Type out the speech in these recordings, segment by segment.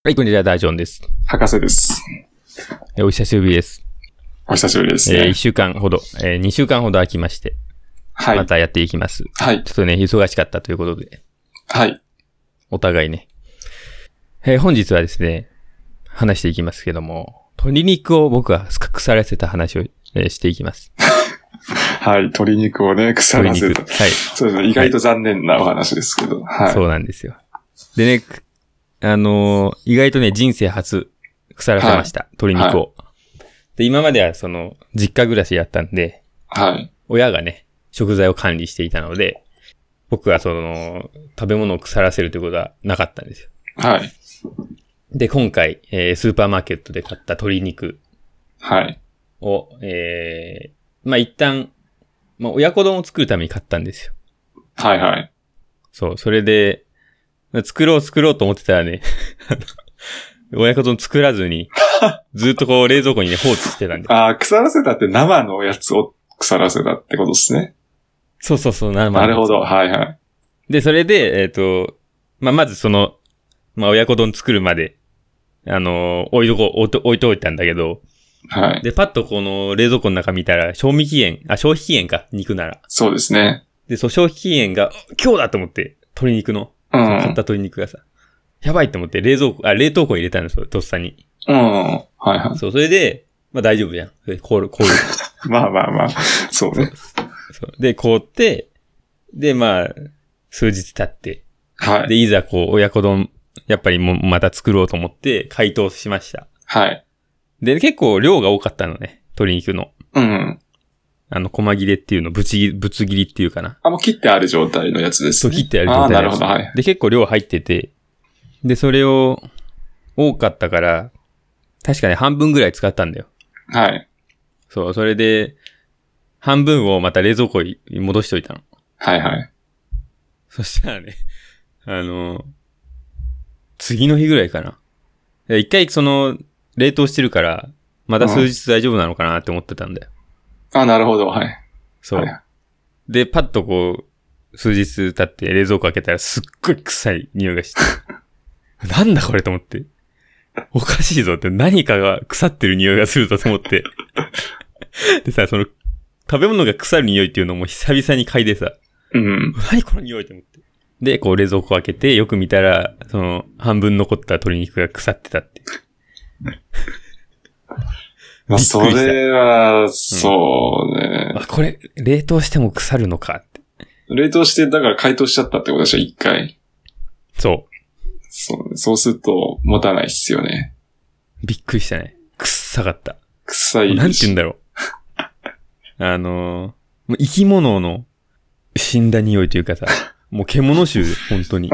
はい、こんにちは、ダージョンです。 博士です。 お久しぶりです。 お久しぶりですね。 1週間ほど、2週間ほど空きまして、はい。またやっていきます。 はい。 ちょっとね、忙しかったということで。 はい。 お互いね。本日はですね、話していきますけども、鶏肉を僕は腐らせた話を、していきます。 はい、鶏肉をね、腐らせた。はい。そうですね、意外と残念なお話ですけど。はい。 そうなんですよ。でね、意外とね、人生初、腐らせました。はい、鶏肉を、はい。で、今までは実家暮らしやったんで、 はい。 親がね、食材を管理していたので、僕は食べ物を腐らせるということはなかったんですよ。 はい。 で、今回、スーパーマーケットで買った鶏肉。 はい。 を、一旦、親子丼を作るために買ったんですよ。 はいはい。 そう、それで、作ろうと思ってたらね、親子丼作らずに、ずっとこう冷蔵庫にね放置してたんで。 ああ、腐らせたって生のやつを腐らせたってことですね。 そう、生の。 なるほど、はいはい。 で、それで、まず親子丼作るまで、置いといたんだけど、 はい。 で、パッとこの冷蔵庫の中見たら、消費期限か、肉なら。 そうですね。 で、消費期限が、今日だと思って、鶏肉の。買った鶏肉がさ、やばいと思って冷凍庫に入れたんですよ、とっさに。 はいはい。 そう、それで、大丈夫じゃん。凍る。 まあ、そうね。 そう。で、凍って、で、数日経って、 はい。 で、いざ親子丼、やっぱりまた作ろうと思って、解凍しました。 はい。 で、結構量が多かったのね、鶏肉の。細切れっていうの、ぶつ切りっていうかな。 もう切ってある状態のやつですね。 そう、切ってある状態のやつ。 なるほど、はい。 で、結構量入ってて、で、それを、多かったから、確かに半分ぐらい使ったんだよ。 はい。 そう、それで、半分をまた冷蔵庫に戻しといたの。 はいはい。 そしたらね、次の日ぐらいかな。一回冷凍してるから、また数日大丈夫なのかなって思ってたんだよ。 なるほど、はい。 そう。はい、で、パッと数日経って冷蔵庫開けたらすっごい臭い匂いがして。なんだこれと思って。おかしいぞって、何かが腐ってる匂いがするぞと思って。でさ、食べ物が腐る匂いっていうのも久々に嗅いでさ。何この匂いと思って。で、冷蔵庫開けてよく見たら、半分残った鶏肉が腐ってたって。 それは、そうね、 これ、冷凍しても腐るのかって。 冷凍して、だから解凍しちゃったってことでしょ、一回。 そう。 そうすると、持たないっすよね。 びっくりしたね。臭かった。 臭い。 なんて言うんだろう。生き物の死んだ匂いというかさ、もう獣臭、本当に。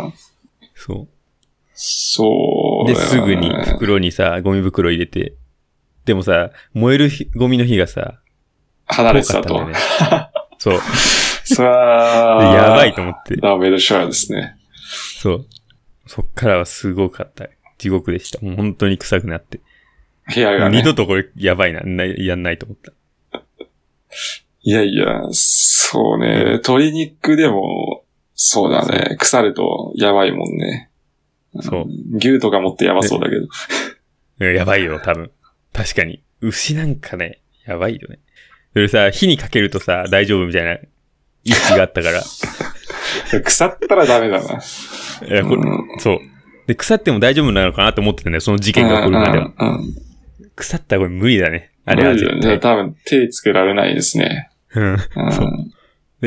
そう。 で、すぐに袋にさ、ゴミ袋入れて、でもさ、燃えるゴミの火がさ、 離れてたと。 そう。 それは、 やばいと思って。 ダメでしょですね。 そう。そっからはすごかった。地獄でした。もう本当に臭くなって。 部屋がね。 二度とこれやばいな、やんないと思った。 いや、そうね。鶏肉でも、そうだね。腐るとやばいもんね。 そう。 牛とかもってやばそうだけど。 やばいよ、多分。確かに。牛なんかね、やばいよね。それさ、火にかけるとさ、大丈夫みたいな意識があったから。 腐ったらダメだな。 そう。で、腐っても大丈夫なのかなと思ってたんだよ、その事件が起こるまでは。腐ったらこれ無理だね。あれは絶対。 無理だね。多分手つけられないですね。 そう。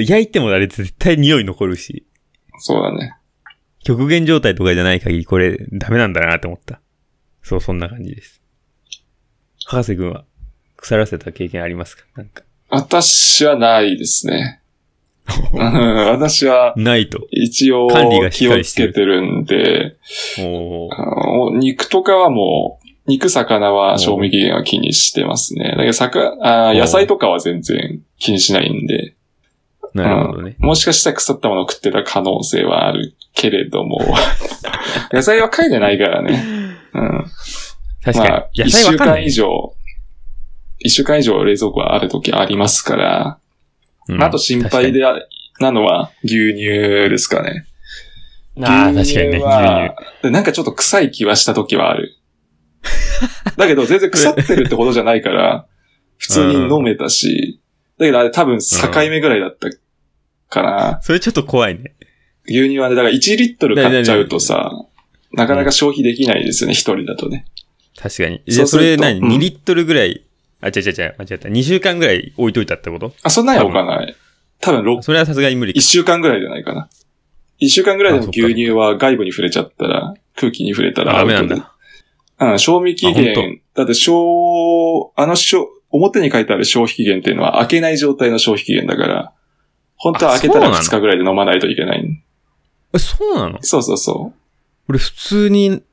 焼いてもあれ絶対匂い残るし。 そうだね。 極限状態とかじゃない限りこれダメなんだなと思った。そう、そんな感じです。博士くんは腐らせた経験ありますか？なんか。 私はないですね。私は、 ないと。 一応、気をつけてるんで、肉とかはもう、肉、魚は賞味期限は気にしてますね。だけど野菜とかは全然気にしないんで。 なるほどね。 もしかしたら腐ったものを食ってた可能性はあるけれども、野菜は嗅いでないからね。 確かに。野菜わかんない。 一週間以上冷蔵庫はある時ありますから、あと心配なのは牛乳ですかね。 ああ、確かにね、牛乳。なんかちょっと臭い気はした時はある。だけど全然腐ってるってことじゃないから、普通に飲めたし、だけどあれ多分境目ぐらいだったかな。 それちょっと怖いね。 牛乳はね、だから1リットル買っちゃうとさ、なかなか消費できないですよね、一人だとね。 確かに。じゃあそれ何 ?2 リットルぐらい、間違えた。2週間ぐらい置いといたってこと？ そんなに置かない。多分それはさすがに無理。 1週間ぐらいじゃないかな。1週間ぐらいでも牛乳は外部に触れちゃったら、空気に触れたらダメなんだ。 賞味期限、だって表に書いてある消費期限っていうのは開けない状態の消費期限だから、本当は開けたら2日ぐらいで飲まないといけない。 そうなの？ そうそうそう。 俺普通に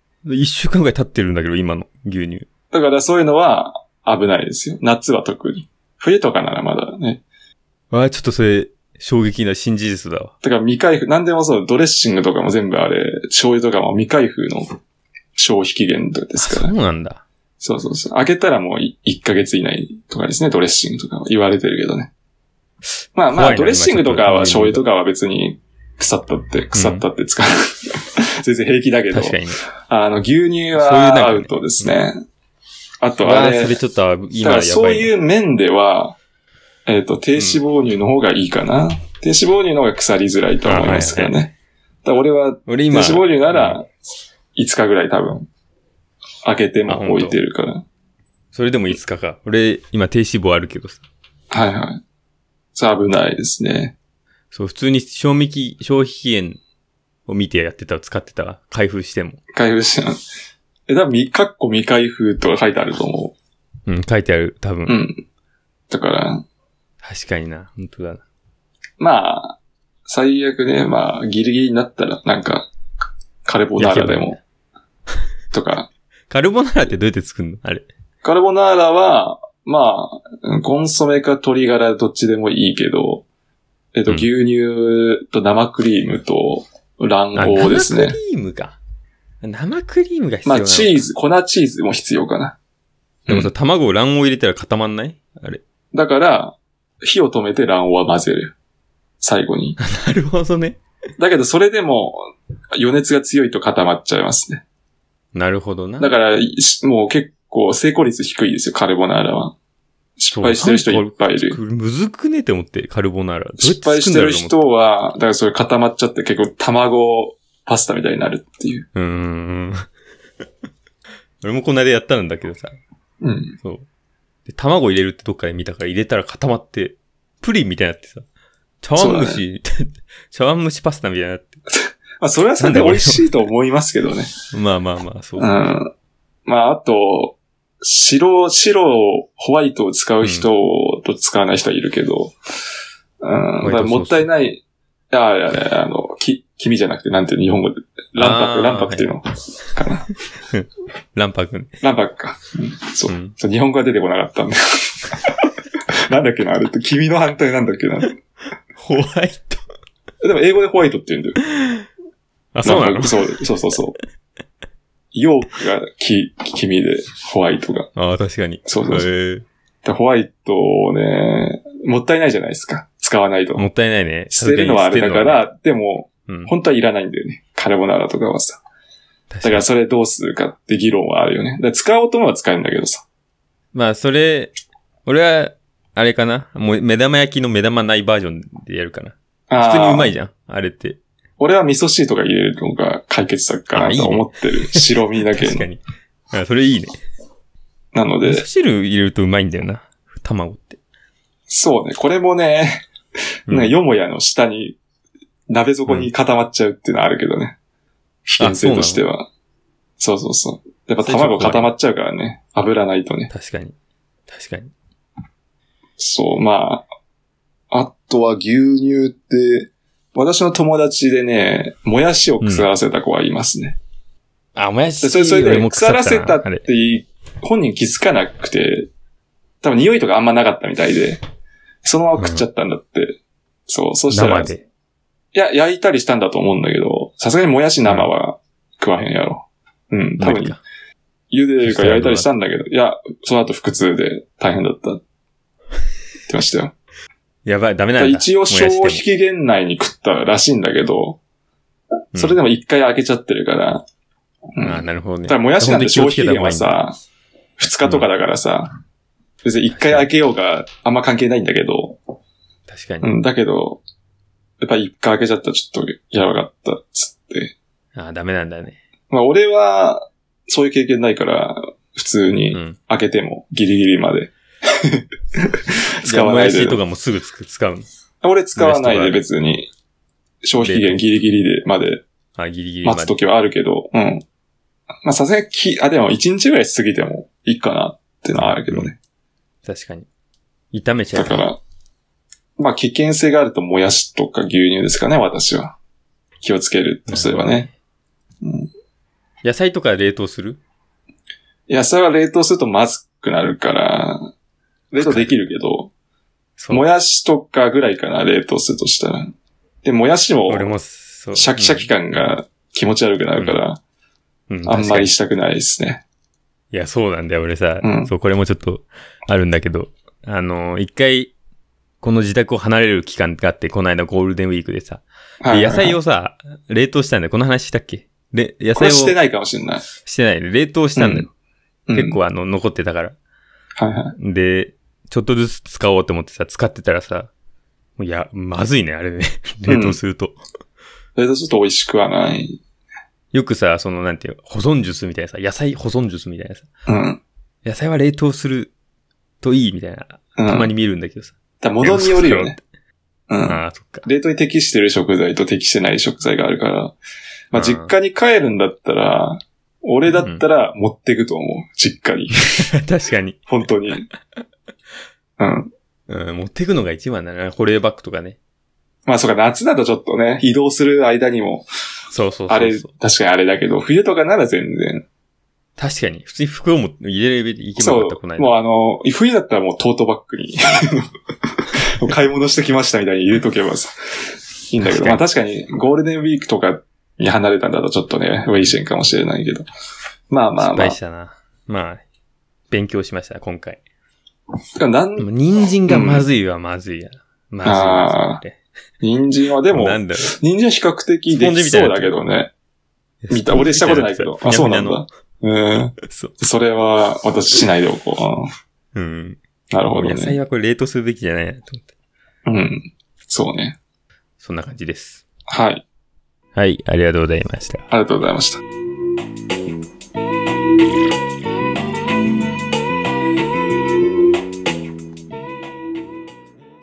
1週間ぐらい経ってるんだけど、今の牛乳。 だからそういうのは危ないですよ。夏は特に。冬とかならまだね。 ちょっとそれ、衝撃な新事実だわ。 だから未開封、なんでもそう、ドレッシングとかも全部あれ、醤油とかも未開封の消費期限ですから。 そうなんだ。 そうそうそう。開けたらもう1ヶ月以内とかですね、ドレッシングとかは言われてるけどね。まあ、ドレッシングとかは醤油とかは別に腐ったって使う。全然平気だけど。 確かにね。 牛乳はアウトですね。あとあれ、 それちょっと今やばい、ね。 そういう面では、低脂肪乳の方がいいかな。低脂肪乳の方が腐りづらいと思いますからね。だから俺は、低脂肪乳なら、5日ぐらい多分、開けても置いてるから。 それでも5日か。俺、今低脂肪あるけどさ。 はいはい。さあ危ないですね。 そう、普通に消費期限を見てやってた使ってたわ。開封しても。 開封しても。多分、未開封とか書いてあると思う。書いてある、多分。 だから。 確かにな、本当だな。 まあ、最悪ね、ギリギリになったら、なんか、カルボナーラでも、とか。 カルボナーラってどうやって作るの？あれ。 カルボナーラは、コンソメか鶏ガラどっちでもいいけど、牛乳と生クリームと卵黄ですね。 生クリームか。生クリームが必要なのか。 粉チーズも必要かな。 でもさ、卵卵黄入れたら固まんない？あれ。 だから、火を止めて卵黄は混ぜる。最後に。 なるほどね。 だけどそれでも余熱が強いと固まっちゃいますね。 なるほどな。 だからもう結構成功率低いですよ、カルボナーラは。失敗してる人いっぱいいる。 むずくねって思って、カルボナーラ。 失敗してる人は、だからそれ固まっちゃって結構卵パスタみたいになるっていう。 俺もこの間やったんだけどさ。そう。で、卵入れるってどっかで見たから入れたら固まって、プリンみたいになってさ。茶碗蒸し、茶碗蒸しパスタみたいになって。 それはそれで美味しいと思いますけどね。 まあ、そう。 あと、白、ホワイトを使う人と使わない人はいるけど、もったいない、黄身じゃなくて、なんていうの、日本語で、卵白っていうのかな。 卵白。 卵白か。そう。日本語が出てこなかったんだよ。なんだっけな、あれって、黄身の反対なんだっけな。 ホワイト。 でも英語でホワイトって言うんだよ。 そうなの？ そう。ヨークが黄身で、ホワイトが。 確かに。 そう。ホワイトをね、もったいないじゃないですか。使わないと。 もったいないね。 捨てるのはあれだから、でも、本当はいらないんだよね。カルボナーラとかはさ。だからそれどうするかって議論はあるよね。だから使おうと思えば使えるんだけどさ。 俺は、あれかな？もう目玉焼きの目玉ないバージョンでやるかな。普通にうまいじゃん。あれって。 俺は味噌汁とか入れるのが解決策かなと思ってる。白身だけの。 確かに。それいいね。 なので。 味噌汁入れるとうまいんだよな。卵って。 そうね。これもね、よもやの下に、鍋底に固まっちゃうっていうのはあるけどね。危険性としては。そう。やっぱ卵固まっちゃうからね。油ないとね。 確かに。 そう、あとは牛乳って、私の友達でね、もやしを腐らせた子はいますね。 もやしそれで腐らせたって本人気づかなくて、多分匂いとかあんまなかったみたいで、そのまま食っちゃったんだって。そうしたら、いや、焼いたりしたんだと思うんだけど、さすがにもやし生は食わへんやろ。多分、茹でるか焼いたりしたんだけど、いや、その後腹痛で大変だった。ってましたよ。 やばい、ダメなんだ。 一応消費期限内に食ったらしいんだけど、 それでも一回開けちゃってるから。 ああ、なるほどね。 だからもやしなんて消費期限はさ、2日とかだからさ、別に一回開けようがあんま関係ないんだけど。 確かに。 だけど、やっぱ一回開けちゃったらちょっとやばかったっつって。 ああ、ダメなんだね。 まあ俺は、そういう経験ないから、普通に開けてもギリギリまで。 使わないで。もやしとかもすぐ使うの？ 俺使わないで別に、消費期限ギリギリでまで、待つときはあるけど、まあさすがにでも1日ぐらい過ぎてもいいかなってのはあるけどね。 確かに。炒めちゃう。 だから、まあ危険性があるともやしとか牛乳ですかね、私は。気をつけるとすればね。 野菜とか冷凍する？ 野菜は冷凍するとまずくなるから、冷凍できるけど、もやしとかぐらいかな、冷凍するとしたら。で、もやしも、シャキシャキ感が気持ち悪くなるから、あんまりしたくないですね。 いや、そうなんだよ、俺さ。そう、これもちょっとあるんだけど、一回、この自宅を離れる期間があって、この間ゴールデンウィークでさ、野菜をさ、冷凍したんだよ。この話したっけ？で、野菜を。 これしてないかもしれない。 してない。冷凍したんだよ。結構残ってたから。で、ちょっとずつ使おうと思ってさ、使ってたらさ、いや、まずいね、あれね。冷凍すると。 冷凍すると美味しくはない。 よくさ、なんていう、保存術みたいなさ、野菜保存術みたいなさ。野菜は冷凍するといいみたいな、たまに見るんだけどさ。 ものによるよね。 ああ、そっか。 冷凍に適してる食材と適してない食材があるから、まあ、実家に帰るんだったら、俺だったら持ってくと思う。実家に。 確かに。 本当に。 持ってくのが一番だな。保冷バッグとかね。 まあそうか、夏だとちょっとね、移動する間にも。 そう。 あれ、確かにあれだけど、冬とかなら全然。 確かに。普通に服を入れればいけばよかった、こないだ。 もう冬だったらもうトートバッグに。買い物してきましたみたいに入れとけばさ。いいんだけど、まあ確かにゴールデンウィークとかに離れたんだとちょっとね、危険かもしれないけど。まあ。 失敗したな。まあ、勉強しました、今回。 人参がまずいはまずいや。まずい。 人参はでも、人参は比較的できそうだけどね。俺したことないけど。あ、そうなんだ。それは私しないでおこう。なるほどね。 野菜はこれ冷凍するべきじゃないなと思って。そうね。 そんな感じです。 はい。 はい、ありがとうございました。 ありがとうございました。